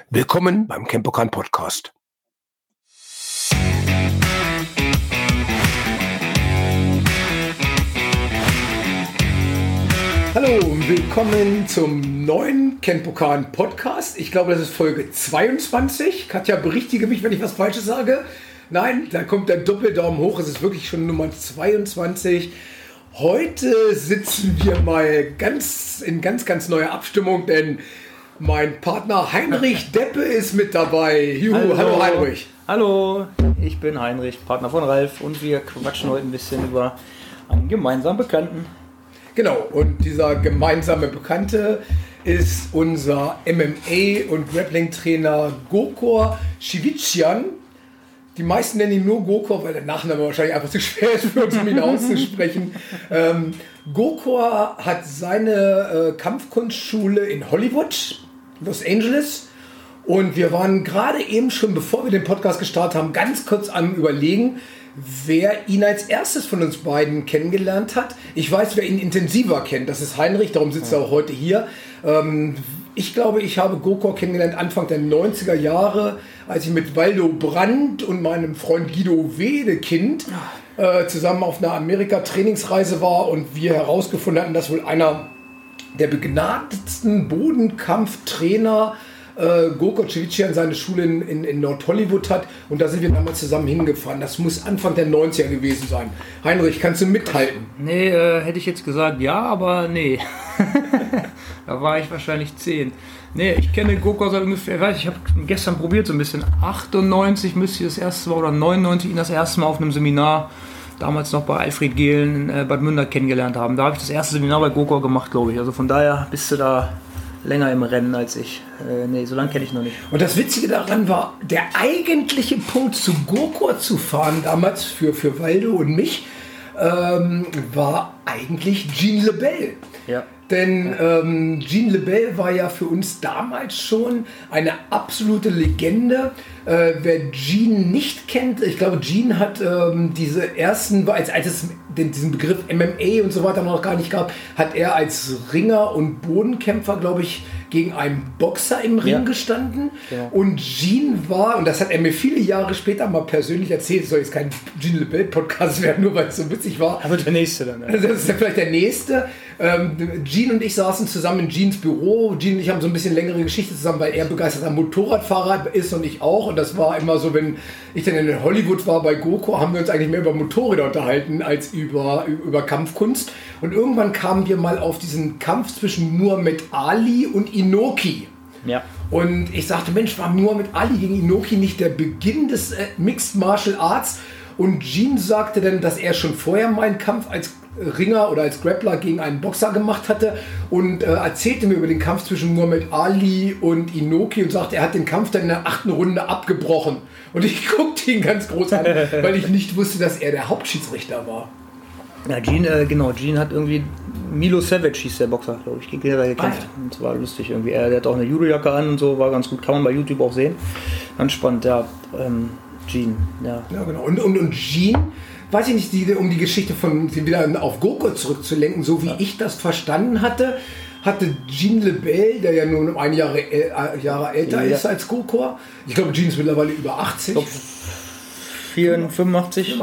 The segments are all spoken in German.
Willkommen beim Campokan Podcast. Hallo und willkommen zum neuen Campokan Podcast. Ich glaube, das ist Folge 22. Katja, berichtige mich, wenn ich was Falsches sage. Nein, da kommt der Doppeldaumen hoch. Es ist wirklich schon Nummer 22. Heute sitzen wir mal in ganz neuer Abstimmung, denn mein Partner Heinrich Deppe ist mit dabei. Juhu, hallo Heinrich. Hallo, ich bin Heinrich, Partner von Ralf, und wir quatschen heute ein bisschen über einen gemeinsamen Bekannten. Genau, und dieser gemeinsame Bekannte ist unser MMA- und Grappling-Trainer Gokor Chivician. Die meisten nennen ihn nur Gokor, weil der Nachname wahrscheinlich einfach zu schwer ist für uns, um ihn auszusprechen. Gokor hat seine Kampfkunstschule in Hollywood, Los Angeles. Und wir waren gerade eben schon, bevor wir den Podcast gestartet haben, ganz kurz am Überlegen, wer ihn als erstes von uns beiden kennengelernt hat. Ich weiß, wer ihn intensiver kennt. Das ist Heinrich, darum sitzt er auch heute hier. Ich glaube, ich habe Gokor kennengelernt Anfang der 90er Jahre, als ich mit Waldo Brandt und meinem Freund Guido Wedekind zusammen auf einer Amerika-Trainingsreise war und wir herausgefunden hatten, dass wohl einer der begnadetsten Bodenkampftrainer Gokor Chivician seine Schule in Nord-Hollywood hat, und da sind wir damals zusammen hingefahren. Das muss Anfang der 90er gewesen sein. Heinrich, kannst du mithalten? Nee, hätte ich jetzt gesagt ja, aber nee. Da war ich wahrscheinlich 10. Nee, ich kenne Gokor seit ungefähr, ich habe gestern probiert so ein bisschen, 98 müsste ich das erste Mal oder 99 ihn das erste Mal auf einem Seminar, damals noch bei Alfred Gehlen in Bad Münder kennengelernt haben. Da habe ich das erste Seminar bei Gokor gemacht, glaube ich. Also von daher bist du da länger im Rennen als ich. Nee, so lange kenne ich noch nicht. Und das Witzige daran war, der eigentliche Punkt, zu Gokor zu fahren, damals für Waldo und mich, war eigentlich Gene LeBell. Ja. Denn Gene LeBell war ja für uns damals schon eine absolute Legende. Wer Gene nicht kennt, ich glaube, Gene hat diese ersten, als es diesen Begriff MMA und so weiter noch gar nicht gab, hat er als Ringer und Bodenkämpfer, glaube ich, gegen einen Boxer im Ring gestanden. Ja. Und Gene war, und das hat er mir viele Jahre später mal persönlich erzählt, es soll jetzt kein Gene LeBell-Podcast werden, nur weil es so witzig war. Aber der nächste dann. Ja. Das ist ja vielleicht der nächste. Gene und ich saßen zusammen in Genes Büro. Gene und ich haben so ein bisschen längere Geschichte zusammen, weil er begeisterter Motorradfahrer ist und ich auch. Und das war immer so, wenn ich dann in Hollywood war bei Gokor, haben wir uns eigentlich mehr über Motorräder unterhalten als über Kampfkunst. Und irgendwann kamen wir mal auf diesen Kampf zwischen Muhammad Ali und Inoki. Ja. Und ich sagte, Mensch, war Muhammad Ali gegen Inoki nicht der Beginn des Mixed Martial Arts? Und Gene sagte dann, dass er schon vorher mal einen Kampf als Ringer oder als Grappler gegen einen Boxer gemacht hatte und erzählte mir über den Kampf zwischen Muhammad Ali und Inoki und sagte, er hat den Kampf dann in der 8. Runde abgebrochen. Und ich guckte ihn ganz groß an, weil ich nicht wusste, dass er der Hauptschiedsrichter war. Ja, Gene hat irgendwie, Milo Savage hieß der Boxer, glaube ich, gegen den er gekämpft. Ja. Und das war lustig irgendwie. Der hat auch eine Judojacke an und so, war ganz gut, kann man bei YouTube auch sehen. Ganz spannend, ja. Gene, ja. Ja, genau. Und Gene, weiß ich nicht, um die Geschichte von wieder auf Gokor zurückzulenken, so wie ich das verstanden hatte Gene LeBell, der ja nun um ein Jahre älter ist als Gokor. Ich glaube, Gene ist mittlerweile über 80. 85,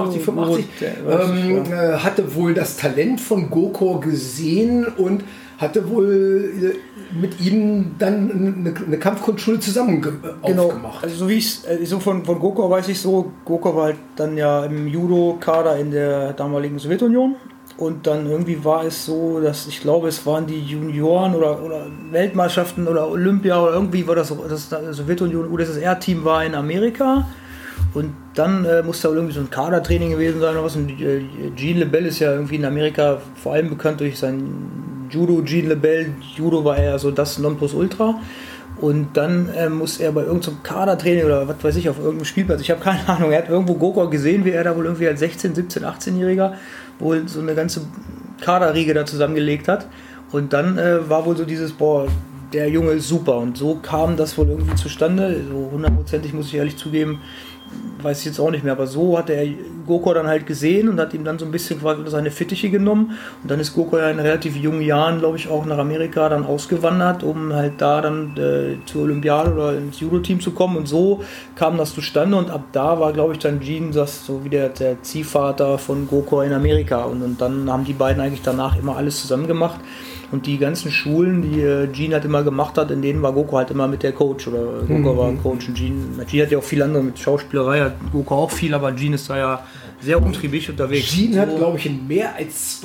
hatte wohl das Talent von Gokor gesehen und hatte wohl mit ihm dann eine Kampfkunstschule zusammen aufgemacht. Also so wie ich so von Gokor weiß ich so, Gokor war halt dann ja im Judo-Kader in der damaligen Sowjetunion. Und dann irgendwie war es so, dass ich glaube, es waren die Junioren oder Weltmeisterschaften oder Olympia oder irgendwie war das so, dass das Sowjetunion UdSSR-Team war in Amerika. Und dann muss da irgendwie so ein Kadertraining gewesen sein oder was. Und Gene LeBell ist ja irgendwie in Amerika vor allem bekannt durch sein Judo. Gene LeBell, Judo war er so das Nonplusultra. Und dann muss er bei irgendeinem Kadertraining oder was weiß ich, auf irgendeinem Spielplatz, ich habe keine Ahnung, er hat irgendwo Gokor gesehen, wie er da wohl irgendwie als 16, 17, 18-Jähriger wohl so eine ganze Kaderriege da zusammengelegt hat. Und dann war wohl so dieses, der Junge ist super. Und so kam das wohl irgendwie zustande. So hundertprozentig muss ich ehrlich zugeben, weiß ich jetzt auch nicht mehr, aber so hat er Gokor dann halt gesehen und hat ihm dann so ein bisschen quasi unter seine Fittiche genommen. Und dann ist Gokor ja in relativ jungen Jahren, glaube ich, auch nach Amerika dann ausgewandert, um halt da dann zur Olympiade oder ins Judo-Team zu kommen. Und so kam das zustande. Und ab da war, glaube ich, dann Gene das so wie der Ziehvater von Gokor in Amerika. Und dann haben die beiden eigentlich danach immer alles zusammen gemacht. Und die ganzen Schulen, die Gene halt immer gemacht hat, in denen war Gokor halt immer mit der Coach. Oder Gokor war Coach und Gene hat ja auch viel andere mit Schauspielerei, hat Gokor auch viel, aber Gene ist da ja sehr umtriebig unterwegs. Gene hat, glaube ich, in mehr als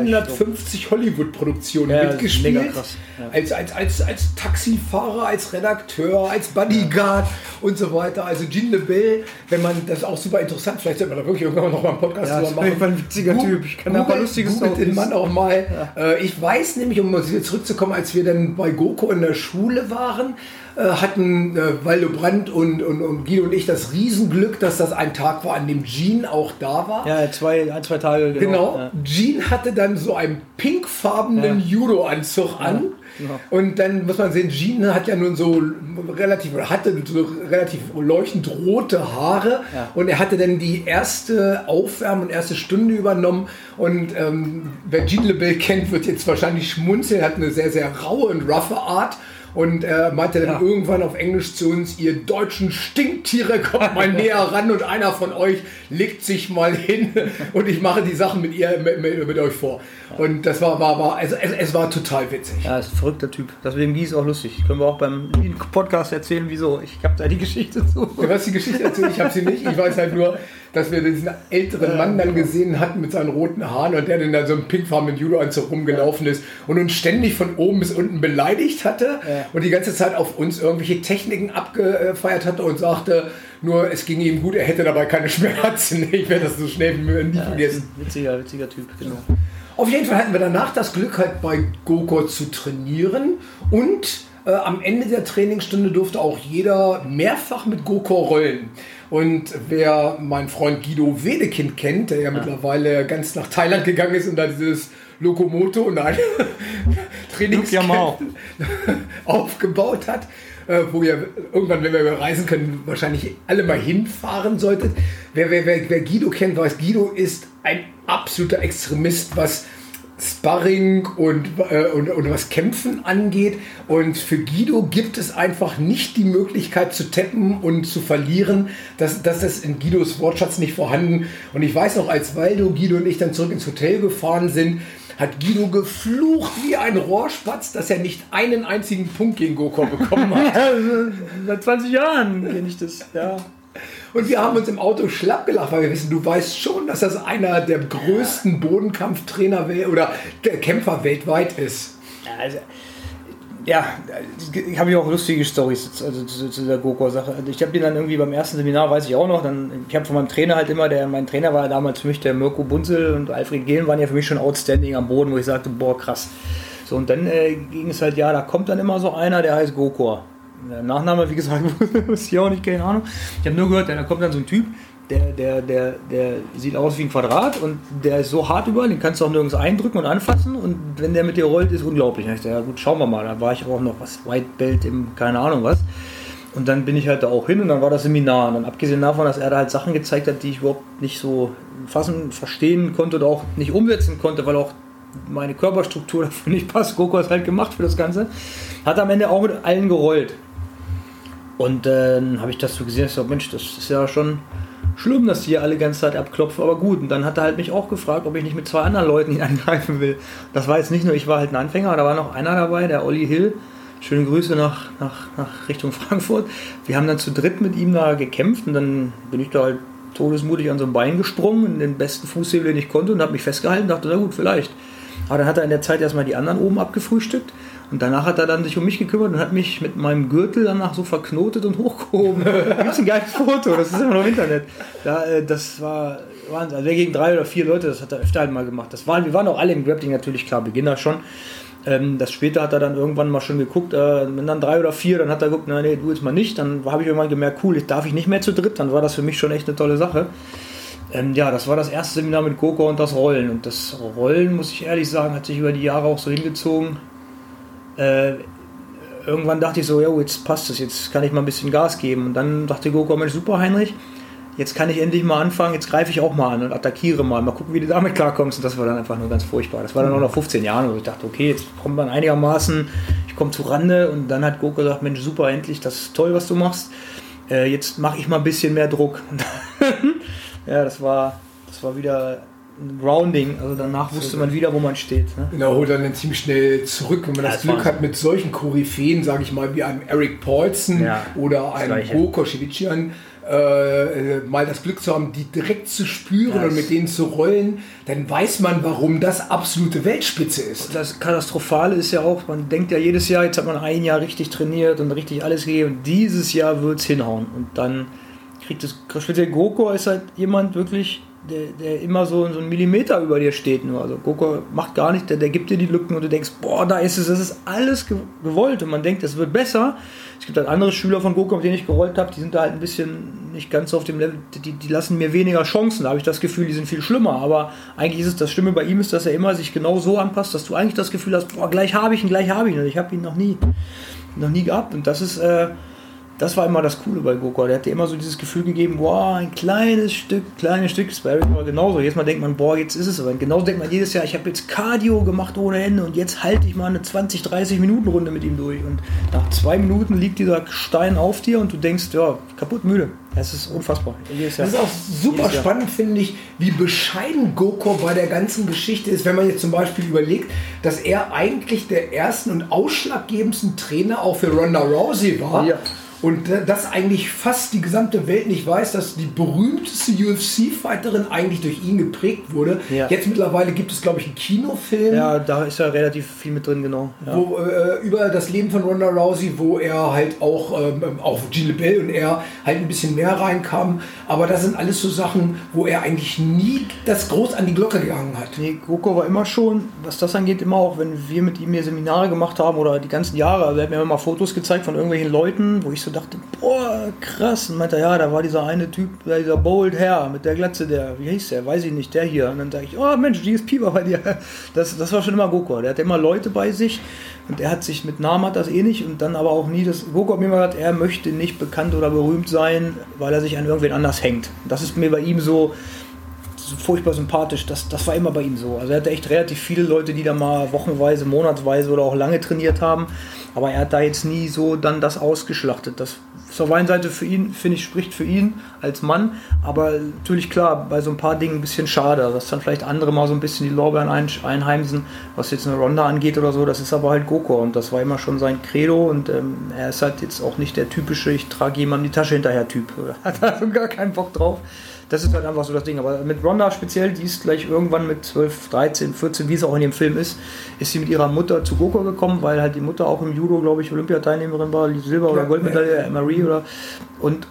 250 Hollywood-Produktionen mitgespielt. Mega krass. Ja. Als Taxifahrer, als Redakteur, als Bodyguard und so weiter. Also Gene LeBell, wenn man das auch super interessant, vielleicht sollte man da wirklich irgendwann noch mal einen Podcast drüber machen. Ich bin ein witziger Typ. Ich kann da ein paar lustige Storys. Den Mann auch mal. Ja. Ich weiß nämlich, um wieder zurückzukommen, als wir dann bei Gokor in der Schule waren, hatten Waldo Brandt und Guido und ich das Riesenglück, dass das ein Tag war, an dem Gene auch da war. Ja, ein, zwei Tage. Genau. Ja. Gene hatte dann so einen pinkfarbenen Judo-Anzug an. Ja. Und dann muss man sehen, Gene hat ja nun hatte relativ leuchtend rote Haare und er hatte dann die erste Aufwärm- und erste Stunde übernommen und wer Gene LeBell kennt, wird jetzt wahrscheinlich schmunzeln, hat eine sehr, sehr raue und roughe Art. Und er meinte dann irgendwann auf Englisch zu uns, ihr deutschen Stinktiere, kommt mal näher ran und einer von euch legt sich mal hin und ich mache die Sachen mit euch vor. Und das es war total witzig. Ja, ist ein verrückter Typ. Deswegen ist auch lustig. Können wir auch beim Podcast erzählen, wieso. Ich habe da die Geschichte zu. Du hast die Geschichte erzählt, ich habe sie nicht. Ich weiß halt nur, dass wir diesen älteren Mann dann gesehen hatten mit seinen roten Haaren und der dann da so im pinkfarbenen Judo-Anzug rumgelaufen ist und uns ständig von oben bis unten beleidigt hatte und die ganze Zeit auf uns irgendwelche Techniken abgefeiert hatte und sagte, nur es ging ihm gut, er hätte dabei keine Schmerzen. Ich werde das so schnell nie vergessen. Witziger Typ, genau. Auf jeden Fall hatten wir danach das Glück, halt bei Gokor zu trainieren und am Ende der Trainingsstunde durfte auch jeder mehrfach mit Gokor rollen. Und wer meinen Freund Guido Wedekind kennt, der ja mittlerweile ganz nach Thailand gegangen ist und da dieses Lokomoto und ein Trainingscamp aufgebaut hat, wo ihr irgendwann, wenn wir reisen können, wahrscheinlich alle mal hinfahren solltet. Wer Guido kennt, weiß, Guido ist ein absoluter Extremist, was Sparring und was Kämpfen angeht. Und für Guido gibt es einfach nicht die Möglichkeit zu tappen und zu verlieren. Das ist in Guidos Wortschatz nicht vorhanden. Und ich weiß noch, als Waldo, Guido und ich dann zurück ins Hotel gefahren sind, hat Guido geflucht wie ein Rohrspatz, dass er nicht einen einzigen Punkt gegen Gokor bekommen hat. Seit 20 Jahren kenne ich das, ja. Und wir haben uns im Auto schlapp gelacht, weil wir wissen, du weißt schon, dass das einer der größten Bodenkampftrainer oder der Kämpfer weltweit ist. Ich habe ja auch lustige Storys zu der Gokor-Sache. Also ich habe den dann irgendwie beim ersten Seminar, weiß ich auch noch, ich habe von meinem Trainer halt immer, mein Trainer war damals für mich der Mirko Bunzel und Alfred Gehlen waren ja für mich schon outstanding am Boden, wo ich sagte, boah, krass. So, und dann ging es halt, da kommt dann immer so einer, der heißt Gokor. Der Nachname, wie gesagt, wusste ich auch nicht, keine Ahnung. Ich habe nur gehört, da kommt dann so ein Typ, der sieht aus wie ein Quadrat und der ist so hart überall, den kannst du auch nirgends eindrücken und anfassen und wenn der mit dir rollt, ist unglaublich. Da dachte ich, ja gut, schauen wir mal. Da war ich auch noch White Belt im keine Ahnung was. Und dann bin ich halt da auch hin und dann war das Seminar. Und dann abgesehen davon, dass er da halt Sachen gezeigt hat, die ich überhaupt nicht so verstehen konnte oder auch nicht umsetzen konnte, weil auch meine Körperstruktur dafür nicht passt. Gokor ist halt gemacht für das Ganze. Hat am Ende auch mit allen gerollt. Und dann habe ich das so gesehen, ich so, Mensch, das ist ja schon schlimm, dass die hier alle die ganze Zeit abklopfen, aber gut. Und dann hat er halt mich auch gefragt, ob ich nicht mit 2 anderen Leuten ihn angreifen will. Das war jetzt nicht nur, ich war halt ein Anfänger, da war noch einer dabei, der Olli Hill. Schöne Grüße nach Richtung Frankfurt. Wir haben dann zu dritt mit ihm da gekämpft und dann bin ich da halt todesmutig an so ein Bein gesprungen, in den besten Fußhebel, den ich konnte und habe mich festgehalten und dachte, na gut, vielleicht. Aber dann hat er in der Zeit erstmal die anderen oben abgefrühstückt. Und danach hat er dann sich um mich gekümmert und hat mich mit meinem Gürtel danach so verknotet und hochgehoben. Da gibt es ein geiles Foto, das ist immer noch im Internet. Das war Wahnsinn. Also gegen 3 oder 4 Leute, das hat er öfter halt mal gemacht. Wir waren auch alle im Grappling natürlich, klar, Beginner schon. Das später hat er dann irgendwann mal schon geguckt, wenn dann 3 oder 4, dann hat er geguckt, nee, du jetzt mal nicht. Dann habe ich irgendwann gemerkt, cool, darf ich nicht mehr zu dritt. Dann war das für mich schon echt eine tolle Sache. Das war das erste Seminar mit Gokor und das Rollen. Und das Rollen, muss ich ehrlich sagen, hat sich über die Jahre auch so hingezogen. Irgendwann dachte ich so, ja, jetzt passt es, jetzt kann ich mal ein bisschen Gas geben. Und dann dachte Gokor, Mensch, super Heinrich, jetzt kann ich endlich mal anfangen, jetzt greife ich auch mal an und attackiere mal gucken, wie du damit klarkommst. Und das war dann einfach nur ganz furchtbar. Das war dann auch nach 15 Jahren, wo ich dachte, okay, jetzt kommt man einigermaßen, ich komme zu Rande und dann hat Goko gesagt, Mensch, super, endlich, das ist toll, was du machst. Jetzt mache ich mal ein bisschen mehr Druck. Ja, das war wieder ein Grounding, also danach wusste man wieder, wo man steht. Ne? Genau, holt dann ziemlich schnell zurück, wenn man das Glück hat, mit solchen Koryphäen, sage ich mal, wie einem Eric Paulson oder einem Goko Shevchian, mal das Glück zu haben, die direkt zu spüren und mit denen zu rollen, dann weiß man, warum das absolute Weltspitze ist. Das Katastrophale ist ja auch, man denkt ja jedes Jahr, jetzt hat man ein Jahr richtig trainiert und richtig alles gegeben und dieses Jahr wird es hinhauen und dann kriegt es, speziell Goko ist halt jemand wirklich, der immer so einen Millimeter über dir steht nur. Also Goko macht gar nicht, der gibt dir die Lücken und du denkst, boah, da ist es, das ist alles gewollt und man denkt, es wird besser. Es gibt halt andere Schüler von Goko, mit denen ich gerollt habe, die sind da halt ein bisschen nicht ganz so auf dem Level, die lassen mir weniger Chancen, da habe ich das Gefühl, die sind viel schlimmer, aber eigentlich ist es, das Schlimme bei ihm ist, dass er immer sich genau so anpasst, dass du eigentlich das Gefühl hast, boah, gleich habe ich ihn und ich habe ihn noch nie gehabt und das ist, das war immer das Coole bei Goko. Der hat dir immer so dieses Gefühl gegeben, boah, ein kleines Stück, Sparrow war genauso. Jetzt mal denkt man, boah, jetzt ist es aber. Genauso denkt man jedes Jahr, ich habe jetzt Cardio gemacht ohne Ende und jetzt halte ich mal eine 20-30 Minuten Runde mit ihm durch. Und nach 2 Minuten liegt dieser Stein auf dir und du denkst, ja, kaputt müde. Das ist unfassbar. Das ist auch super spannend, finde ich, wie bescheiden Goko bei der ganzen Geschichte ist, wenn man jetzt zum Beispiel überlegt, dass er eigentlich der ersten und ausschlaggebendsten Trainer auch für Ronda Rousey war. Ja. Und dass eigentlich fast die gesamte Welt nicht weiß, dass die berühmteste UFC-Fighterin eigentlich durch ihn geprägt wurde. Ja. Jetzt mittlerweile gibt es, glaube ich, einen Kinofilm. Ja, da ist ja relativ viel mit drin, genau. Ja. Wo, über das Leben von Ronda Rousey, wo er halt auch Gene LeBell und er halt ein bisschen mehr reinkam. Aber das sind alles so Sachen, wo er eigentlich nie das groß an die Glocke gegangen hat. Nee, Goko war immer schon, was das angeht, immer auch, wenn wir mit ihm hier Seminare gemacht haben oder die ganzen Jahre, also er hat mir immer mal Fotos gezeigt von irgendwelchen Leuten, wo ich so dachte, boah, krass. Und meinte, ja, da war dieser eine Typ, dieser Bold Herr mit der Glatze, wie hieß der? Weiß ich nicht, der hier. Und dann sage ich, oh Mensch, GSP war bei dir. Das war schon immer Goko. Der hatte immer Leute bei sich und er hat sich mit Namen hat das eh nicht und dann aber auch nie das. Goko hat mir immer gesagt, er möchte nicht bekannt oder berühmt sein, weil er sich an irgendwen anders hängt. Das ist mir bei ihm so furchtbar sympathisch, das war immer bei ihm so. Also er hatte echt relativ viele Leute, die da mal wochenweise, monatsweise oder auch lange trainiert haben, aber er hat da jetzt nie so dann das ausgeschlachtet. Das auf der einen Seite für ihn, finde ich, spricht für ihn als Mann, aber natürlich klar, bei so ein paar Dingen ein bisschen schade, dass dann vielleicht andere mal so ein bisschen die Lorbeeren einheimsen, was jetzt eine Ronda angeht oder so, das ist aber halt Goko und das war immer schon sein Credo und er ist halt jetzt auch nicht der typische, ich trage jemandem die Tasche hinterher Typ, hat da so gar keinen Bock drauf. Das ist halt einfach so das Ding. Aber mit Ronda speziell, die ist gleich irgendwann mit 12, 13, 14, wie es auch in dem Film ist sie mit ihrer Mutter zu Goko gekommen, weil halt die Mutter auch im Judo, glaube ich, Olympiateilnehmerin war, Silber- oder Goldmedaille, Marie oder und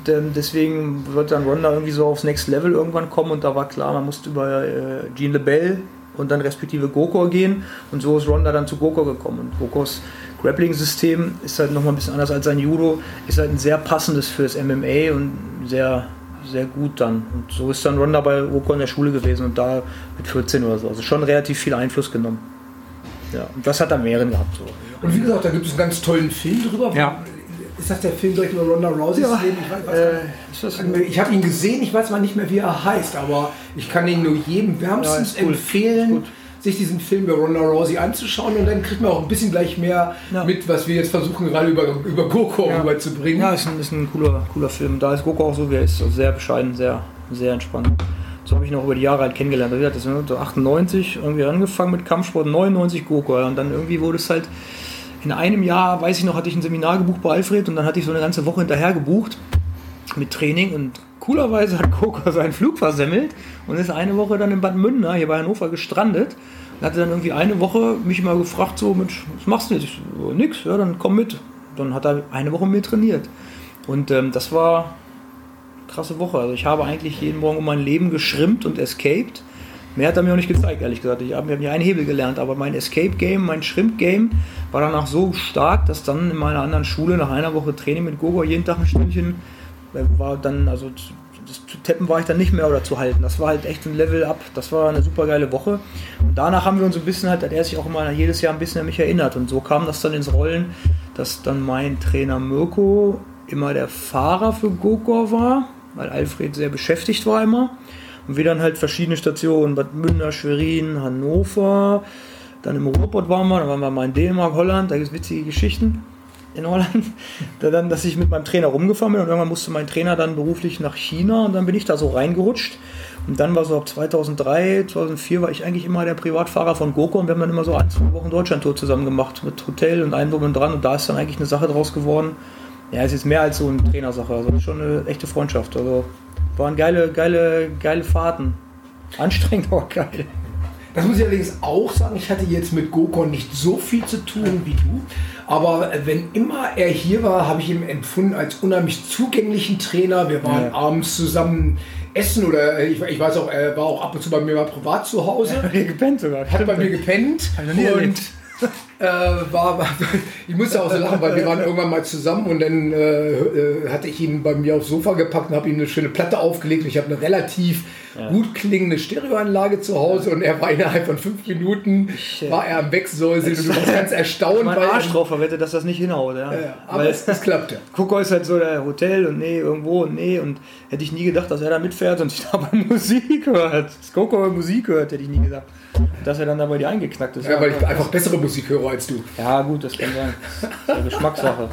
deswegen wird dann Ronda irgendwie so aufs Next Level irgendwann kommen und da war klar, man musste über Gene LeBell und dann respektive Goko gehen und so ist Ronda dann zu Goko gekommen und Gokos Grappling-System ist halt nochmal ein bisschen anders als sein Judo, ist halt ein sehr passendes fürs MMA und sehr gut dann. Und so ist dann Ronda bei Goko in der Schule gewesen und da mit 14 oder so. Also schon relativ viel Einfluss genommen. Ja, und das hat er mehreren gehabt. So. Und wie gesagt, da gibt es einen ganz tollen Film drüber. Ja. Ist das der Film direkt über Ronda Rouseys Leben? Ich habe ihn gesehen, ich weiß mal nicht mehr, wie er heißt, aber ich kann ihn nur jedem wärmstens empfehlen, sich diesen Film über Ronda Rousey anzuschauen und dann kriegt man auch ein bisschen gleich mehr mit, was wir jetzt versuchen gerade über Goko rüberzubringen. Ja, ist ein cooler Film. Da ist Goko auch so, wie er ist. Also sehr bescheiden, sehr, sehr entspannt. So habe ich noch über die Jahre halt kennengelernt. Das ist 98 irgendwie angefangen mit Kampfsport, 99 Goko. Und dann irgendwie wurde es halt in einem Jahr, weiß ich noch, hatte ich ein Seminar gebucht bei Alfred und dann hatte ich so eine ganze Woche hinterher gebucht mit Training und coolerweise hat Goko seinen Flug versemmelt und ist eine Woche dann in Bad Münder, hier bei Hannover, gestrandet und hatte dann irgendwie eine Woche mich mal gefragt, so, Mensch, was machst du jetzt? Ich so, nix, ja, dann komm mit. Dann hat er eine Woche mit mir trainiert. Und das war eine krasse Woche. Also ich habe eigentlich jeden Morgen um mein Leben geschrimpt und escaped. Mehr hat er mir auch nicht gezeigt, ehrlich gesagt. Ich habe nicht einen Hebel gelernt, aber mein Escape-Game, mein Shrimp-Game war danach so stark, dass dann in meiner anderen Schule nach einer Woche Training mit Goko jeden Tag ein Stündchen war dann, also das Teppen war ich dann nicht mehr oder zu halten. Das war halt echt ein Level-Up. Das war eine super geile Woche. Und danach haben wir uns ein bisschen halt, hat er sich auch immer jedes Jahr ein bisschen an mich erinnert. Und so kam das dann ins Rollen, dass dann mein Trainer Mirko immer der Fahrer für Goko war. weil Alfred sehr beschäftigt war immer. Und wir dann halt verschiedene Stationen, Bad Münder, Schwerin, Hannover, dann im Ruhrpott waren wir, dann waren wir mal in Dänemark, Holland, da gibt es witzige Geschichten in Holland. Dann, dass ich mit meinem Trainer rumgefahren bin und irgendwann musste mein Trainer dann beruflich nach China und dann bin ich da so reingerutscht. Und dann war so ab 2003, 2004 war ich eigentlich immer der Privatfahrer von GoCo und wir haben dann immer so 1-2 Wochen Deutschlandtour zusammen gemacht mit Hotel und allem drum und dran und da ist dann eigentlich eine Sache draus geworden. Ja, es ist mehr als so eine Trainersache, also schon eine echte Freundschaft. Also waren geile Fahrten. Anstrengend, aber geil. Das muss ich allerdings auch sagen, ich hatte jetzt mit GoCo nicht so viel zu tun wie du, aber wenn immer er hier war, habe ich ihn empfunden als unheimlich zugänglichen Trainer. Wir waren abends zusammen essen oder ich weiß auch, er war auch ab und zu bei mir mal privat zu Hause. Ja, hier gepennt sogar. Hat bei mir gepennt und ich musste auch so lachen, weil wir waren irgendwann mal zusammen und dann hatte ich ihn bei mir aufs Sofa gepackt und habe ihm eine schöne Platte aufgelegt und ich habe eine relativ gut klingende Stereoanlage zu Hause und er war innerhalb von 5 Minuten war er am Wegsäuseln und du warst ganz erstaunt. Mein Arsch drauf verwettet, dass das nicht hinhaut. Ja. Aber es klappte. GoCo ist halt so der Hotel und irgendwo und und hätte ich nie gedacht, dass er da mitfährt und sich dabei Musik hört. Das GoCo Musik hört, hätte ich nie gedacht. Dass er dann dabei dir eingeknackt ist. Ja, weil ich einfach bessere Musik höre als du. Ja gut, das kann sein. Das ist eine Geschmackssache.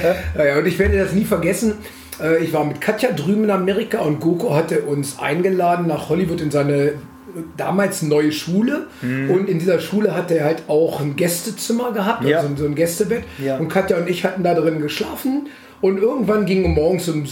Und ich werde das nie vergessen. Ich war mit Katja drüben in Amerika und GoCo hatte uns eingeladen nach Hollywood in seine damals neue Schule. Und in dieser Schule hat er halt auch ein Gästezimmer gehabt, also so ein Gästebett. Ja. Und Katja und ich hatten da drin geschlafen. Und irgendwann ging morgens um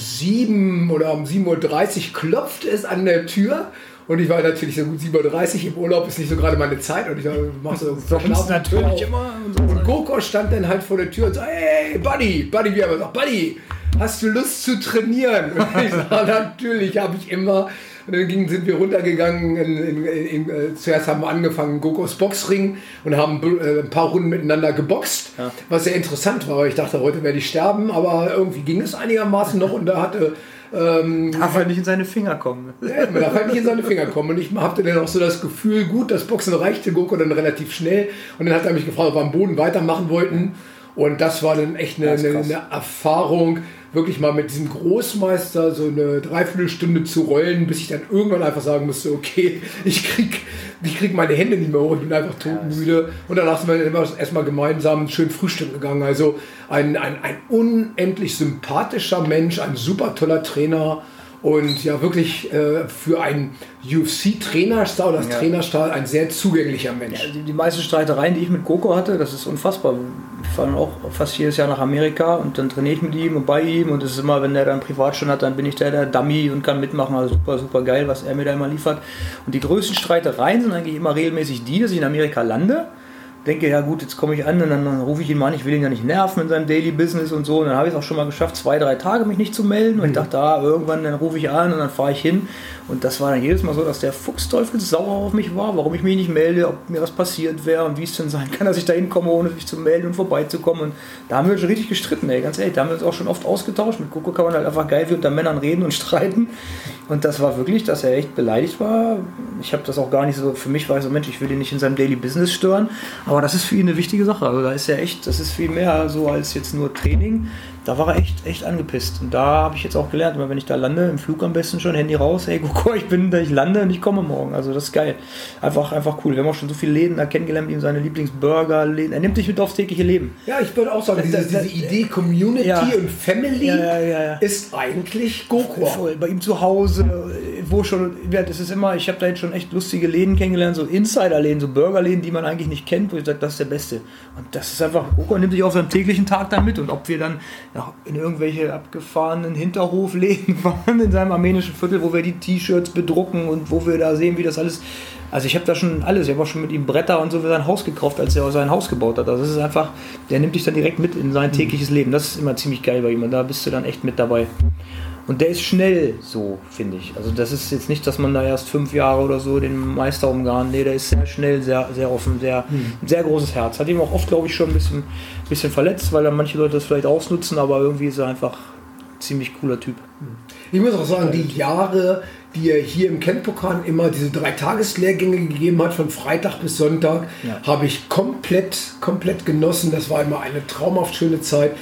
7 oder um 7.30 Uhr klopfte es an der Tür. Und ich war natürlich so gut 7.30 Uhr, im Urlaub ist nicht so gerade meine Zeit. Und ich mache so natürlich immer. Und GoCo stand dann halt vor der Tür und so, hey, Buddy, wie er immer sagt, Buddy, hast du Lust zu trainieren? Und ich sage, natürlich habe ich immer. Und dann sind wir runtergegangen, zuerst haben wir angefangen, GoCos Boxring und haben ein paar Runden miteinander geboxt, was sehr interessant war, weil ich dachte, heute werde ich sterben, aber irgendwie ging es einigermaßen noch und da hatte... darf halt nicht in seine Finger kommen. Ja, man darf halt nicht in seine Finger kommen. Und ich hatte dann auch so das Gefühl, gut, das Boxen reichte GoCo dann relativ schnell. Und dann hat er mich gefragt, ob wir am Boden weitermachen wollten. Und das war dann echt eine Erfahrung, wirklich mal mit diesem Großmeister so eine Dreiviertelstunde zu rollen, bis ich dann irgendwann einfach sagen musste, okay, ich krieg meine Hände nicht mehr hoch, ich bin einfach todmüde. Und danach sind wir immer erstmal gemeinsam schön frühstücken gegangen. Also ein unendlich sympathischer Mensch, ein super toller Trainer. Und ja, wirklich für einen UFC-Trainerstar oder Trainerstar ein sehr zugänglicher Mensch. Ja, die meisten Streitereien, die ich mit GoCo hatte, das ist unfassbar. Wir fahren auch fast jedes Jahr nach Amerika und dann trainiere ich mit ihm und bei ihm. Und es ist immer, wenn der dann Privatstunde hat, dann bin ich der Dummy und kann mitmachen. Also super, super geil, was er mir da immer liefert. Und die größten Streitereien sind eigentlich immer regelmäßig die, dass ich in Amerika lande. Denke, ja gut, jetzt komme ich an und dann rufe ich ihn mal an, ich will ihn ja nicht nerven in seinem Daily Business und so. Und dann habe ich es auch schon mal geschafft, 2-3 Tage mich nicht zu melden. Und ich dachte, irgendwann dann rufe ich an und dann fahre ich hin. Und das war dann jedes Mal so, dass der Fuchsteufel sauer auf mich war, warum ich mich nicht melde, ob mir was passiert wäre und wie es denn sein kann, dass ich da hinkomme, ohne sich zu melden und vorbeizukommen. Und da haben wir schon richtig gestritten, ey, ganz ehrlich. Da haben wir uns auch schon oft ausgetauscht. Mit GoCo kann man halt einfach geil wie unter Männern reden und streiten. Und das war wirklich, dass er echt beleidigt war. Ich habe das auch gar nicht so, für mich war ich so, Mensch, ich will ihn nicht in seinem Daily Business stören. Aber das ist für ihn eine wichtige Sache. Also da ist er echt, das ist viel mehr so als jetzt nur Training. Da war er echt angepisst. Und da habe ich jetzt auch gelernt, immer wenn ich da lande, im Flug am besten schon, Handy raus, hey GoCo, ich lande und ich komme morgen. Also das ist geil. Einfach cool. Wir haben auch schon so viele Läden da kennengelädt, ihm seine Lieblingsburger-Läden. Er nimmt dich mit aufs tägliche Leben. Ja, ich würde auch sagen, diese Idee Community und Family ist eigentlich GoCo. Voll. Bei ihm zu Hause, wo schon, das ist immer, ich habe da jetzt schon echt lustige Läden kennengelernt, so Insider-Läden, so Burgerläden, die man eigentlich nicht kennt, wo ich sage, das ist der Beste. Und das ist einfach, GoCo nimmt dich auf seinem täglichen Tag da mit. Und ob wir dann in irgendwelche abgefahrenen Hinterhofläden waren in seinem armenischen Viertel, wo wir die T-Shirts bedrucken und wo wir da sehen, wie das alles... Also ich habe da schon alles, ich habe auch schon mit ihm Bretter und so für sein Haus gekauft, als er sein Haus gebaut hat. Also das ist einfach, der nimmt dich dann direkt mit in sein tägliches Leben. Das ist immer ziemlich geil bei ihm und da bist du dann echt mit dabei. Und der ist schnell so, finde ich. Also das ist jetzt nicht, dass man da erst 5 Jahre oder so den Meister umgarnt. Nee, der ist sehr schnell, sehr, sehr offen, ein sehr großes Herz. Hat ihm auch oft, glaube ich, schon ein bisschen verletzt, weil dann manche Leute das vielleicht ausnutzen, aber irgendwie ist er einfach ein ziemlich cooler Typ. Ich muss auch sagen, die Jahre, die er hier im Kentpokal immer diese 3-Tages-Lehrgänge gegeben hat, von Freitag bis Sonntag, habe ich komplett genossen. Das war immer eine traumhaft schöne Zeit.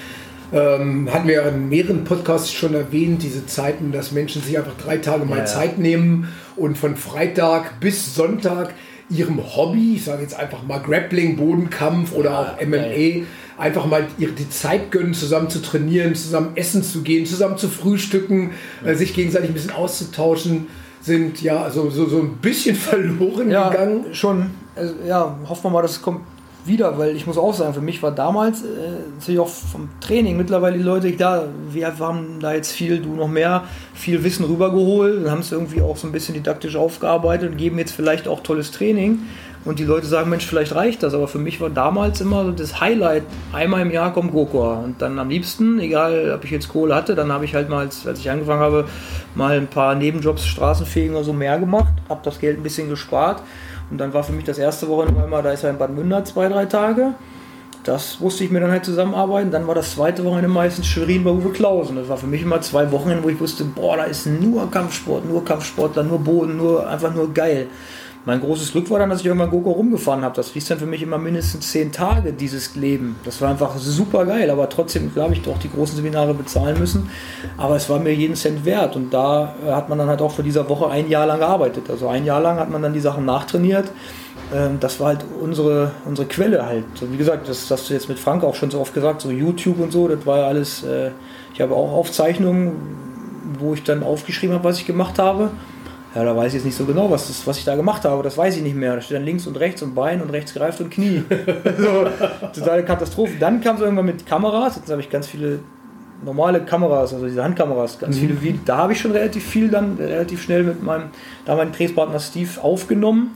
Hatten wir in mehreren Podcasts schon erwähnt, diese Zeiten, dass Menschen sich einfach 3 Tage mal Zeit nehmen und von Freitag bis Sonntag ihrem Hobby, ich sage jetzt einfach mal Grappling, Bodenkampf oder auch MMA, einfach mal die Zeit gönnen, zusammen zu trainieren, zusammen essen zu gehen, zusammen zu frühstücken, sich gegenseitig ein bisschen auszutauschen, sind so ein bisschen verloren gegangen. Schon. Also, hoffen wir mal, dass es kommt wieder, weil ich muss auch sagen, für mich war damals natürlich auch vom Training mittlerweile die Leute, wir haben da jetzt viel Wissen rübergeholt und haben es irgendwie auch so ein bisschen didaktisch aufgearbeitet und geben jetzt vielleicht auch tolles Training und die Leute sagen, Mensch, vielleicht reicht das, aber für mich war damals immer so das Highlight, einmal im Jahr kommt Gokor und dann am liebsten, egal ob ich jetzt Kohle hatte, dann habe ich halt mal, als ich angefangen habe, mal ein paar Nebenjobs, Straßenfegen oder so mehr gemacht, habe das Geld ein bisschen gespart. Und dann war für mich das erste Wochenende immer, da ist er in Bad Münder 2-3 Tage. Das musste ich mir dann halt zusammenarbeiten. Dann war das zweite Wochenende meistens Schwerin bei Uwe Klausen. Das war für mich immer 2 Wochenende, wo ich wusste, da ist nur Kampfsportler, nur Boden, einfach nur geil. Mein großes Glück war dann, dass ich irgendwann Gokor rumgefahren habe. Das hieß dann für mich immer mindestens 10 Tage, dieses Leben. Das war einfach super geil, aber trotzdem, glaube ich, doch die großen Seminare bezahlen müssen. Aber es war mir jeden Cent wert und da hat man dann halt auch für diese Woche 1 Jahr lang gearbeitet. Also 1 Jahr lang hat man dann die Sachen nachtrainiert. Das war halt unsere Quelle halt. So, wie gesagt, das hast du jetzt mit Frank auch schon so oft gesagt, so YouTube und so, das war ja alles, ich habe auch Aufzeichnungen, wo ich dann aufgeschrieben habe, was ich gemacht habe. Ja, da weiß ich jetzt nicht so genau, was ich da gemacht habe, das weiß ich nicht mehr. Da steht dann links und rechts und Bein und rechts greift und Knie. So, totale Katastrophe. Dann kam es irgendwann mit Kameras, jetzt habe ich ganz viele normale Kameras, also diese Handkameras, ganz viele Videos. Da habe ich schon relativ schnell mit meinem damaligen Trainingspartner Steve aufgenommen.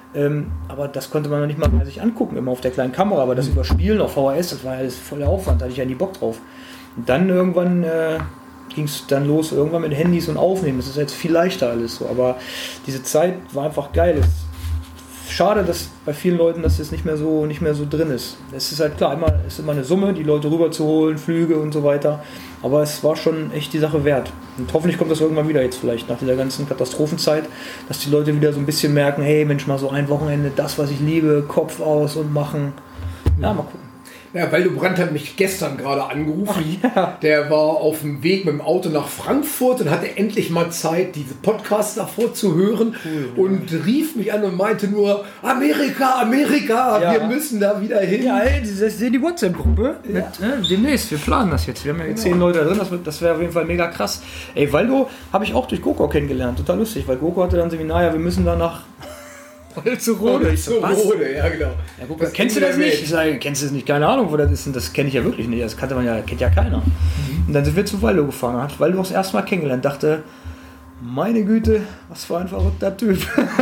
Aber das konnte man noch nicht mal mehr sich angucken, immer auf der kleinen Kamera. Aber das Überspielen auf VHS, das war ja alles voller Aufwand, da hatte ich ja nie Bock drauf. Und dann irgendwann ging es dann los, irgendwann mit Handys und Aufnehmen. Das ist jetzt viel leichter alles so. Aber diese Zeit war einfach geil. Es ist schade, dass bei vielen Leuten das jetzt nicht mehr so drin ist. Es ist halt klar, es ist immer eine Summe, die Leute rüberzuholen, Flüge und so weiter. Aber es war schon echt die Sache wert. Und hoffentlich kommt das irgendwann wieder jetzt vielleicht nach dieser ganzen Katastrophenzeit, dass die Leute wieder so ein bisschen merken, hey Mensch, mal so ein Wochenende, das, was ich liebe, Kopf aus und machen. Ja, mal gucken. Ja, Waldo Brandt hat mich gestern gerade angerufen. Ach, ja. Der war auf dem Weg mit dem Auto nach Frankfurt und hatte endlich mal Zeit, diese Podcasts davor zu hören. Cool, und rief mich an und meinte nur, Amerika, wir müssen da wieder hin. Ja, das ist die WhatsApp-Gruppe. Demnächst, wir planen das jetzt. Wir haben ja 10 Leute da drin, das wäre auf jeden Fall mega krass. Ey, Waldo habe ich auch durch Gokor kennengelernt, total lustig, weil Gokor hatte dann ein Seminar, wir müssen da nach Holzerode. Ja, genau. Ja, guck, kennst du das nicht? Ich sage, kennst du das nicht? Keine Ahnung, wo das ist. Und das kenne ich ja wirklich nicht. Das kennt ja keiner. Und dann sind wir zu Waldo gefahren. Hat Waldo das erste Mal kennengelernt. Dachte, meine Güte, was für ein verrückter Typ.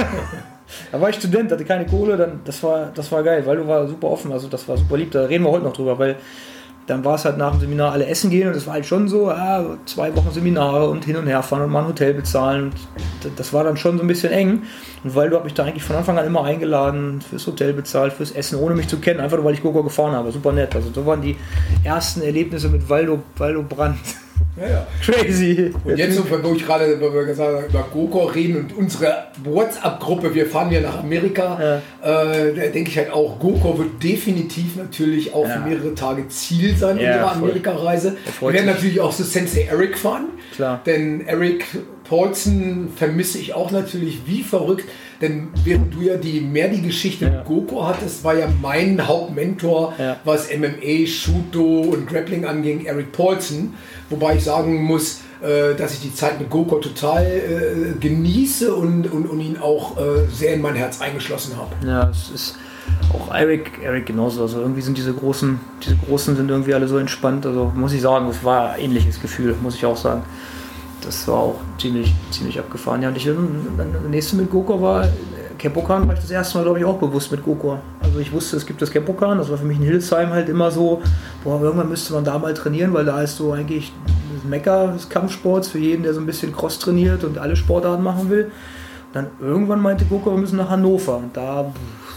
Da war ich Student, hatte keine Kohle. Das war geil. Waldo war super offen. Also das war super lieb. Da reden wir heute noch drüber, weil dann war es halt nach dem Seminar alle essen gehen und es war halt schon so, 2 Wochen Seminare und hin und her fahren und mal ein Hotel bezahlen. Und das war dann schon so ein bisschen eng. Und Waldo hat mich da eigentlich von Anfang an immer eingeladen, fürs Hotel bezahlt, fürs Essen, ohne mich zu kennen, einfach nur weil ich Gokor gefahren habe. Super nett. Also so waren die ersten Erlebnisse mit Waldo Brandt. Ja. Crazy. Und jetzt, wo ich gerade über Gokor reden und unsere WhatsApp-Gruppe, wir fahren ja nach Amerika, da denke ich halt auch, Gokor wird definitiv natürlich auch für mehrere Tage Ziel sein unserer Amerika-Reise. Wir werden natürlich auch zu Sensei Eric fahren, klar. Denn Eric Paulson vermisse ich auch natürlich wie verrückt, denn während du ja die Geschichte mit Gokor hattest, war ja mein Hauptmentor, was MMA, Shudo und Grappling anging, Eric Paulson. Wobei ich sagen muss, dass ich die Zeit mit Gokor total genieße und ihn auch sehr in mein Herz eingeschlossen habe. Ja, es ist auch Eric genauso. Also irgendwie sind diese Großen sind irgendwie alle so entspannt. Also muss ich sagen, es war ein ähnliches Gefühl, muss ich auch sagen. Das war auch ziemlich abgefahren. Ja, und dann das nächste mit Gokor war Kempokan, war ich das erste Mal, glaube ich, auch bewusst mit Gokor. Also ich wusste, es gibt das Kempokan, das war für mich in Hildesheim halt immer so, irgendwann müsste man da mal trainieren, weil da ist so eigentlich das Mekka des Kampfsports für jeden, der so ein bisschen Cross trainiert und alle Sportarten machen will. Und dann irgendwann meinte Gokor, wir müssen nach Hannover. Und da,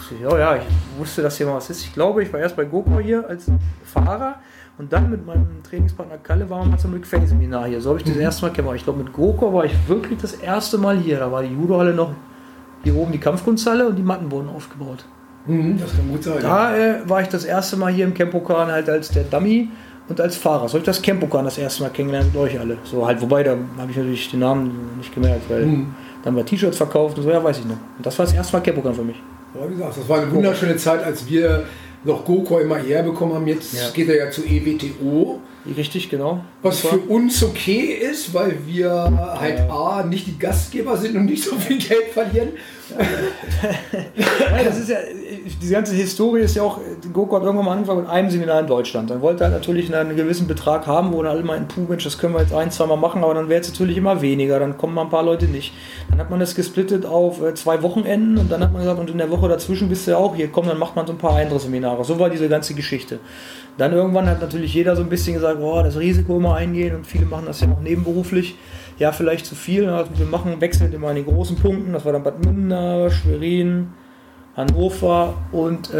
ich wusste, dass hier mal was ist. Ich glaube, ich war erst bei Gokor hier als Fahrer. Und dann mit meinem Trainingspartner Kalle waren wir mal zum Rick-Fay-Seminar hier. So habe ich das erste Mal kennengelernt. Ich glaube, mit Gokor war ich wirklich das erste Mal hier. Da war die Judohalle noch, hier oben die Kampfkunsthalle und die Matten wurden aufgebaut. Das kann gut sein. Da war ich das erste Mal hier im Kempokan halt als der Dummy und als Fahrer. So habe ich das Campokan das erste Mal kennengelernt mit euch alle. So halt, wobei, da habe ich natürlich den Namen nicht gemerkt, weil dann war T-Shirts verkauft und so, ja, weiß ich noch. Und das war das erste Mal Campokan für mich. Ja, wie gesagt, das war eine wunderschöne Zeit, als wir noch GoCore immer herbekommen haben. Jetzt geht er ja zu EWTO. Richtig, genau. Was für uns okay ist, weil wir halt A, nicht die Gastgeber sind und nicht so viel Geld verlieren. Ja, das ist ja, die ganze Historie ist ja auch, GoCore hat irgendwann mal angefangen mit einem Seminar in Deutschland. Dann wollte er natürlich einen gewissen Betrag haben, wo dann alle meinten, puh Mensch, das können wir jetzt 1-2 Mal machen, aber dann wäre es natürlich immer weniger, dann kommen mal ein paar Leute nicht. Dann hat man das gesplittet auf 2 Wochenenden und dann hat man gesagt, und in der Woche dazwischen bist du ja auch hier, komm, dann macht man so ein paar andere Seminare. So war diese ganze Geschichte. Dann irgendwann hat natürlich jeder so ein bisschen gesagt, boah, das Risiko immer eingehen und viele machen das ja auch nebenberuflich. Ja, vielleicht zu viel. Also wir wechseln immer an den großen Punkten. Das war dann Bad Münder, Schwerin, Hannover und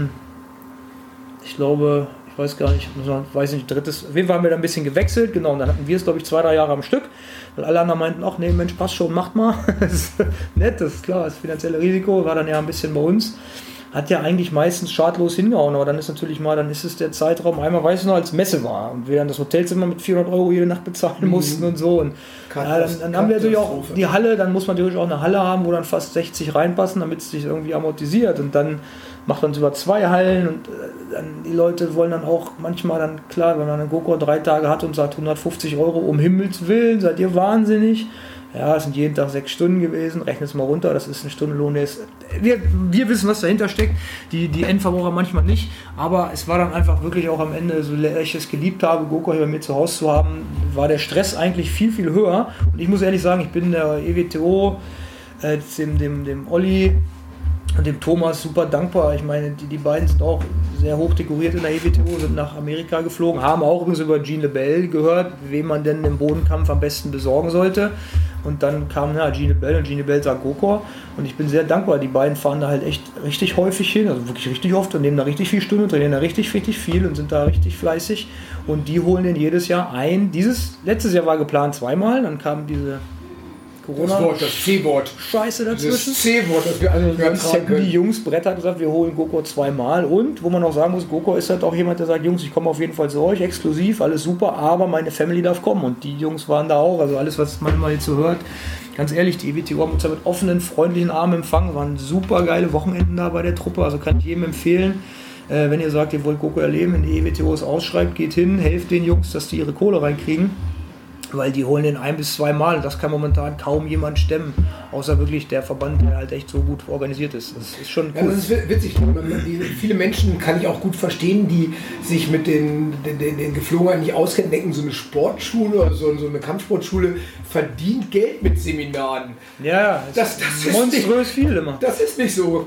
ich glaube, ich weiß gar nicht, drittes. Auf jeden Fall haben wir da ein bisschen gewechselt, genau. Und dann hatten wir es, glaube ich, 2-3 Jahre am Stück, weil alle anderen meinten, ach nee, Mensch, passt schon, macht mal. Das ist nett, das ist klar, das finanzielle Risiko war dann ja ein bisschen bei uns. Hat ja eigentlich meistens schadlos hingehauen, aber dann ist natürlich mal, dann ist es der Zeitraum, einmal weiß ich noch, als Messe war und wir dann das Hotelzimmer mit 400 € jede Nacht bezahlen mussten und so. Und ja, dann haben wir natürlich auch die Halle, dann muss man natürlich auch eine Halle haben, wo dann fast 60 reinpassen, damit es sich irgendwie amortisiert und dann macht man es über 2 Hallen und dann die Leute wollen dann auch manchmal dann, klar, wenn man einen GoCore 3 Tage hat und sagt 150 €, um Himmels Willen, seid ihr wahnsinnig? Ja, es sind jeden Tag 6 Stunden gewesen, rechnet es mal runter, das ist ein Stundenlohn, der ist, wir wissen, was dahinter steckt, die Endverbraucher manchmal nicht, aber es war dann einfach wirklich auch am Ende, so leer ich es geliebt habe, GoCore hier bei mir zu Hause zu haben, war der Stress eigentlich viel, viel höher und ich muss ehrlich sagen, ich bin der EWTO, dem Olli und dem Thomas super dankbar. Ich meine, die beiden sind auch sehr hoch dekoriert in der EWTO, sind nach Amerika geflogen, haben auch übrigens über Gene LeBell gehört, wem man denn im Bodenkampf am besten besorgen sollte. Und dann kam Gene LeBell und Gene LeBell sagt GoCore. Und ich bin sehr dankbar. Die beiden fahren da halt echt richtig häufig hin, also wirklich richtig oft und nehmen da richtig viel Stunden, trainieren da richtig, richtig viel und sind da richtig fleißig. Und die holen den jedes Jahr ein. Letztes Jahr war geplant 2-mal, dann kam diese Das C-Wort. Scheiße dazwischen. Das C-Wort, das wir alle die Jungs, Brett hat gesagt, wir holen GoCore 2-mal. Und, wo man auch sagen muss, GoCore ist halt auch jemand, der sagt, Jungs, ich komme auf jeden Fall zu euch, exklusiv, alles super, aber meine Family darf kommen. Und die Jungs waren da auch, also alles, was man mal jetzt so hört. Ganz ehrlich, die EWTO haben uns ja mit offenen, freundlichen Armen empfangen, waren super geile Wochenenden da bei der Truppe, also kann ich jedem empfehlen. Wenn ihr sagt, ihr wollt GoCore erleben, wenn die EWTO es ausschreibt, geht hin, helft den Jungs, dass die ihre Kohle reinkriegen. Weil die holen den 1- bis 2-mal und das kann momentan kaum jemand stemmen, außer wirklich der Verband, der halt echt so gut organisiert ist. Das ist schon cool. Ja, das ist witzig. Viele Menschen kann ich auch gut verstehen, die sich mit den Geflogenheiten nicht auskennen, denken, so eine Sportschule oder so eine Kampfsportschule verdient Geld mit Seminaren. Ja, das ist monströs viel immer. Das ist nicht so.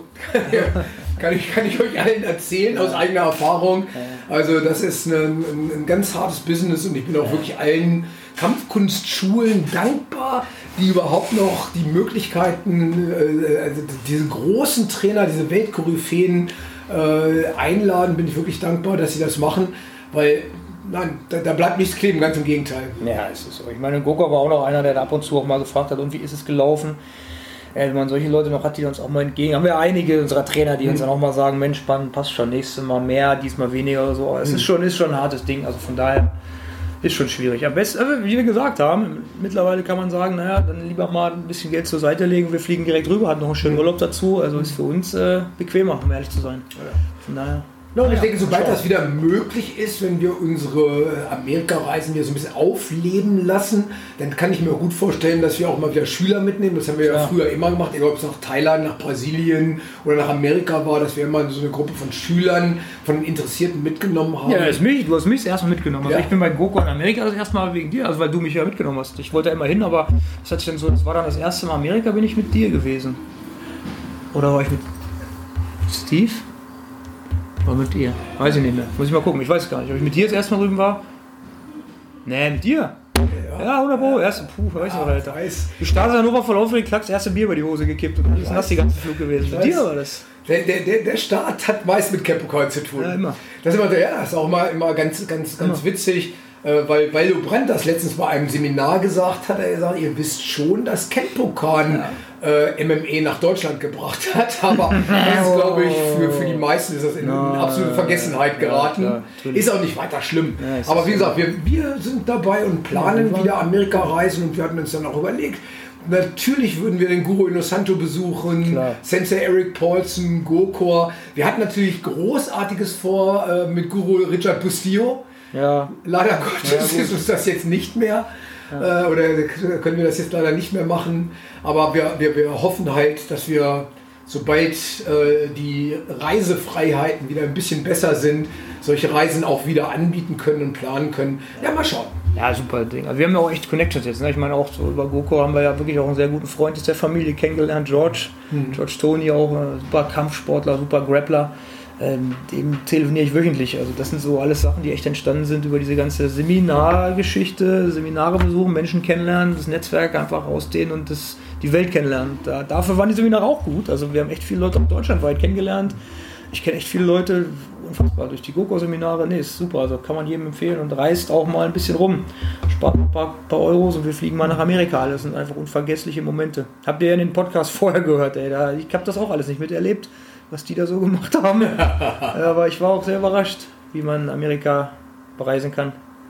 Kann ich euch allen erzählen aus eigener Erfahrung. Also das ist ein ganz hartes Business und ich bin auch wirklich allen Kampfkunstschulen dankbar, die überhaupt noch die Möglichkeiten, also diese großen Trainer, diese Weltkoryphäen einladen, bin ich wirklich dankbar, dass sie das machen, weil nein, da bleibt nichts kleben, ganz im Gegenteil. Ja, ist es so. Ich meine, GoCore war auch noch einer, der da ab und zu auch mal gefragt hat, und wie ist es gelaufen? Wenn man solche Leute noch hat, die uns auch mal entgegen, haben wir einige unserer Trainer, die uns dann auch mal sagen, Mensch, passt schon, nächstes Mal mehr, diesmal weniger oder so. Aber es ist schon ein hartes Ding, also von daher ist schon schwierig. Am besten, wie wir gesagt haben, mittlerweile kann man sagen, naja, dann lieber mal ein bisschen Geld zur Seite legen, wir fliegen direkt rüber, hat noch einen schönen Urlaub dazu, also ist für uns bequemer, um ehrlich zu sein. Von daher. Ja, ich denke, sobald das wieder möglich ist, wenn wir unsere Amerika-Reisen wieder so ein bisschen aufleben lassen, dann kann ich mir auch gut vorstellen, dass wir auch mal wieder Schüler mitnehmen. Das haben wir ja früher immer gemacht, egal ob es nach Thailand, nach Brasilien oder nach Amerika war, dass wir immer so eine Gruppe von Schülern, von Interessierten mitgenommen haben. Ja, du hast mich das erste Mal mitgenommen. Also ich bin bei GoCore in Amerika das erste Mal wegen dir, also weil du mich ja mitgenommen hast. Ich wollte ja immer hin, aber das war dann das erste Mal Amerika, bin ich mit dir gewesen. Oder war ich mit Steve? Oder mit ihr? Weiß ich nicht mehr. Muss ich mal gucken. Ich weiß gar nicht. Ob ich mit dir jetzt erstmal drüben war? Nee, mit dir. Ja, 100 Pro. Weiß ich noch, Alter. Du startest Hannover voll aufgeregt, klackst, erste Bier über die Hose gekippt und dann ist das die ganze Flug gewesen. Mit dir war das. Der Start hat meist mit Campokan zu tun. Ja, immer. Das ist immer ist auch immer ganz witzig. weil Waldo Brandt das letztens bei einem Seminar gesagt hat, er gesagt, ihr wisst schon, dass Kenpokan MMA nach Deutschland gebracht hat, aber das ist, glaube ich, für die meisten ist das in absolute Vergessenheit geraten. Ja, ist auch nicht weiter schlimm. Ja, aber wie gesagt, wir sind dabei und planen wieder Amerika-Reisen und wir hatten uns dann auch überlegt, natürlich würden wir den Guru Inosanto besuchen, klar. Sensei Eric Paulson, Gokor. Wir hatten natürlich Großartiges vor mit Guru Richard Bustillo. Ja. Leider Gottes ist uns das jetzt nicht mehr. Ja. Oder können wir das jetzt leider nicht mehr machen. Aber wir hoffen halt, dass wir, sobald die Reisefreiheiten wieder ein bisschen besser sind, solche Reisen auch wieder anbieten können und planen können. Ja, mal schauen. Ja, super Ding. Also wir haben ja auch echt Connections jetzt. Ne? Ich meine, auch so über GoCo haben wir ja wirklich auch einen sehr guten Freund aus der Familie kennengelernt, George Tony, auch ein super Kampfsportler, super Grappler. Dem telefoniere ich wöchentlich. Also das sind so alles Sachen, die echt entstanden sind über diese ganze Seminargeschichte, Seminare besuchen, Menschen kennenlernen, das Netzwerk einfach ausdehnen und die Welt kennenlernen. Dafür waren die Seminare auch gut. Also wir haben echt viele Leute auch deutschlandweit kennengelernt. Ich kenne echt viele Leute, unfassbar, durch die GoCo-Seminare. Nee, ist super, also kann man jedem empfehlen und reist auch mal ein bisschen rum. Spart ein paar Euros und wir fliegen mal nach Amerika. Das sind einfach unvergessliche Momente. Habt ihr ja in den Podcast vorher gehört, ey. Ich habe das auch alles nicht miterlebt, was die da so gemacht haben. Aber ich war auch sehr überrascht, wie man Amerika bereisen kann.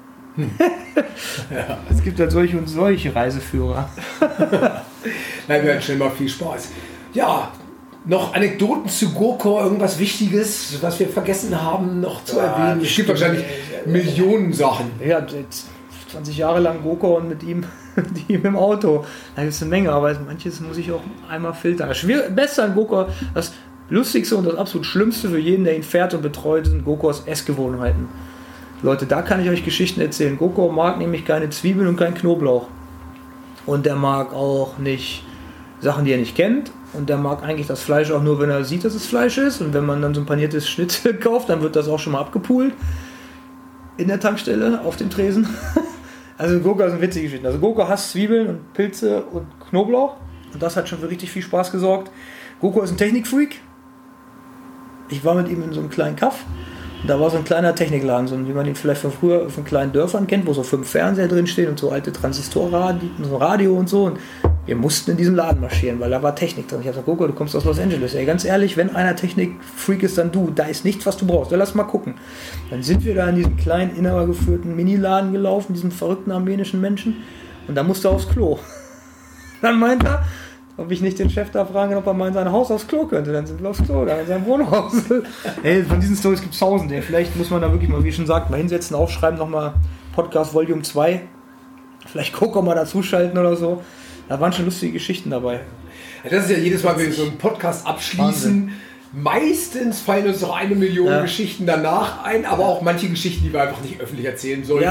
Ja. Es gibt halt solche und solche Reiseführer. Nein, wir hatten schon mal viel Spaß. Ja, noch Anekdoten zu GoCo, irgendwas Wichtiges, was wir vergessen haben, noch zu erwähnen. Es gibt wahrscheinlich Millionen Sachen. Ja, 20 Jahre lang GoCo und mit ihm im Auto. Da gibt es eine Menge, aber manches muss ich auch einmal filtern. Das Beste an GoCo, das Lustigste und das absolut Schlimmste für jeden, der ihn fährt und betreut, sind GoCos Essgewohnheiten. Leute, da kann ich euch Geschichten erzählen. GoCo mag nämlich keine Zwiebeln und keinen Knoblauch. Und der mag auch nicht Sachen, die er nicht kennt. Und der mag eigentlich das Fleisch auch nur, wenn er sieht, dass es Fleisch ist. Und wenn man dann so ein paniertes Schnitzel kauft, dann wird das auch schon mal abgepult. In der Tankstelle, auf dem Tresen. Also GoCo sind witzige Geschichten. Also GoCo hasst Zwiebeln und Pilze und Knoblauch. Und das hat schon für richtig viel Spaß gesorgt. GoCo ist ein Technikfreak. Ich war mit ihm in so einem kleinen Kaff. Und da war so ein kleiner Technikladen, so wie man ihn vielleicht von früher von kleinen Dörfern kennt, wo so 5 Fernseher drin stehen und so alte Transistorradio, so Radio und so. Und wir mussten in diesen Laden marschieren, weil da war Technik drin. Ich habe gesagt, GoCo, du kommst aus Los Angeles. Ey, ganz ehrlich, wenn einer Technikfreak ist, dann du. Da ist nichts, was du brauchst. Ja, lass mal gucken. Dann sind wir da in diesen kleinen, inhabergeführten Miniladen gelaufen, diesen verrückten armenischen Menschen. Und da musste er aufs Klo. Dann meint er, ob ich nicht den Chef da fragen, ob er mal in sein Haus aufs Klo könnte. Dann sind wir aufs Klo, da in seinem Wohnhaus. Hey, von diesen Storys gibt es tausende. Vielleicht muss man da wirklich mal, wie schon sagt, mal hinsetzen, aufschreiben, nochmal Podcast Volume 2. Vielleicht GoCo mal dazuschalten oder so. Da waren schon lustige Geschichten dabei. Das ist ja jedes Mal, wenn wir so einen Podcast abschließen, Wahnsinn. Meistens fallen uns noch 1 Million Geschichten danach ein, aber auch manche Geschichten, die wir einfach nicht öffentlich erzählen sollten.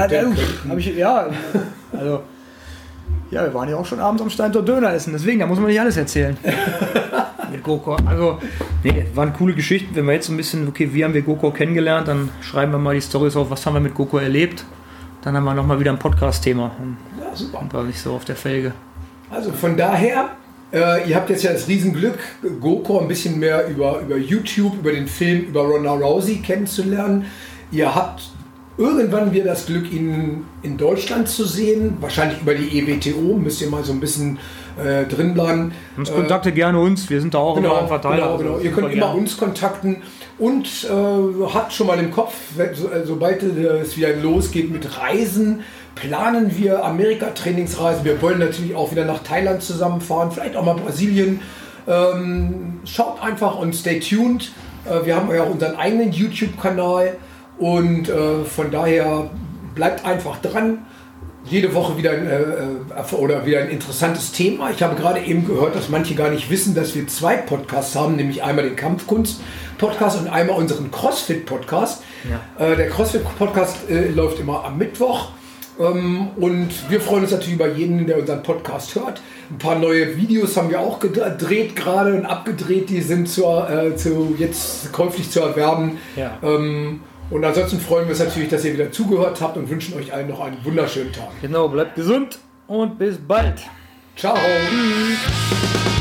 Ja, wir waren ja auch schon abends am Steintor Döner essen, deswegen, da muss man nicht alles erzählen. Mit GoCo. Also, nee, waren coole Geschichten. Wenn wir jetzt so ein bisschen, okay, wie haben wir GoCo kennengelernt, dann schreiben wir mal die Storys auf, was haben wir mit GoCo erlebt. Dann haben wir nochmal wieder ein Podcast-Thema. Ja, super. Und war nicht so auf der Felge. Also von daher, ihr habt jetzt ja das Riesenglück, GoCo ein bisschen mehr über YouTube, über den Film, über Ronda Rousey kennenzulernen. Ihr habt irgendwann wieder das Glück, ihn in Deutschland zu sehen. Wahrscheinlich über die EWTO, müsst ihr mal so ein bisschen drin bleiben. Uns kontakte gerne uns, wir sind da auch immer ein Verteiler. Genau. Ihr könnt immer uns kontakten und habt schon mal im Kopf, sobald es wieder losgeht mit Reisen, planen wir Amerika-Trainingsreisen. Wir wollen natürlich auch wieder nach Thailand zusammenfahren, vielleicht auch mal Brasilien. Schaut einfach und stay tuned. Wir haben ja auch unseren eigenen YouTube-Kanal und von daher bleibt einfach dran. Jede Woche wieder ein interessantes Thema. Ich habe gerade eben gehört, dass manche gar nicht wissen, dass wir 2 Podcasts haben, nämlich einmal den Kampfkunst-Podcast und einmal unseren CrossFit-Podcast. Ja. Der CrossFit-Podcast läuft immer am Mittwoch. Und wir freuen uns natürlich über jeden, der unseren Podcast hört. Ein paar neue Videos haben wir auch gedreht gerade und abgedreht, die sind jetzt käuflich zu erwerben. Ja. Und ansonsten freuen wir uns natürlich, dass ihr wieder zugehört habt und wünschen euch allen noch einen wunderschönen Tag. Genau, bleibt gesund und bis bald. Ciao. Tschüss.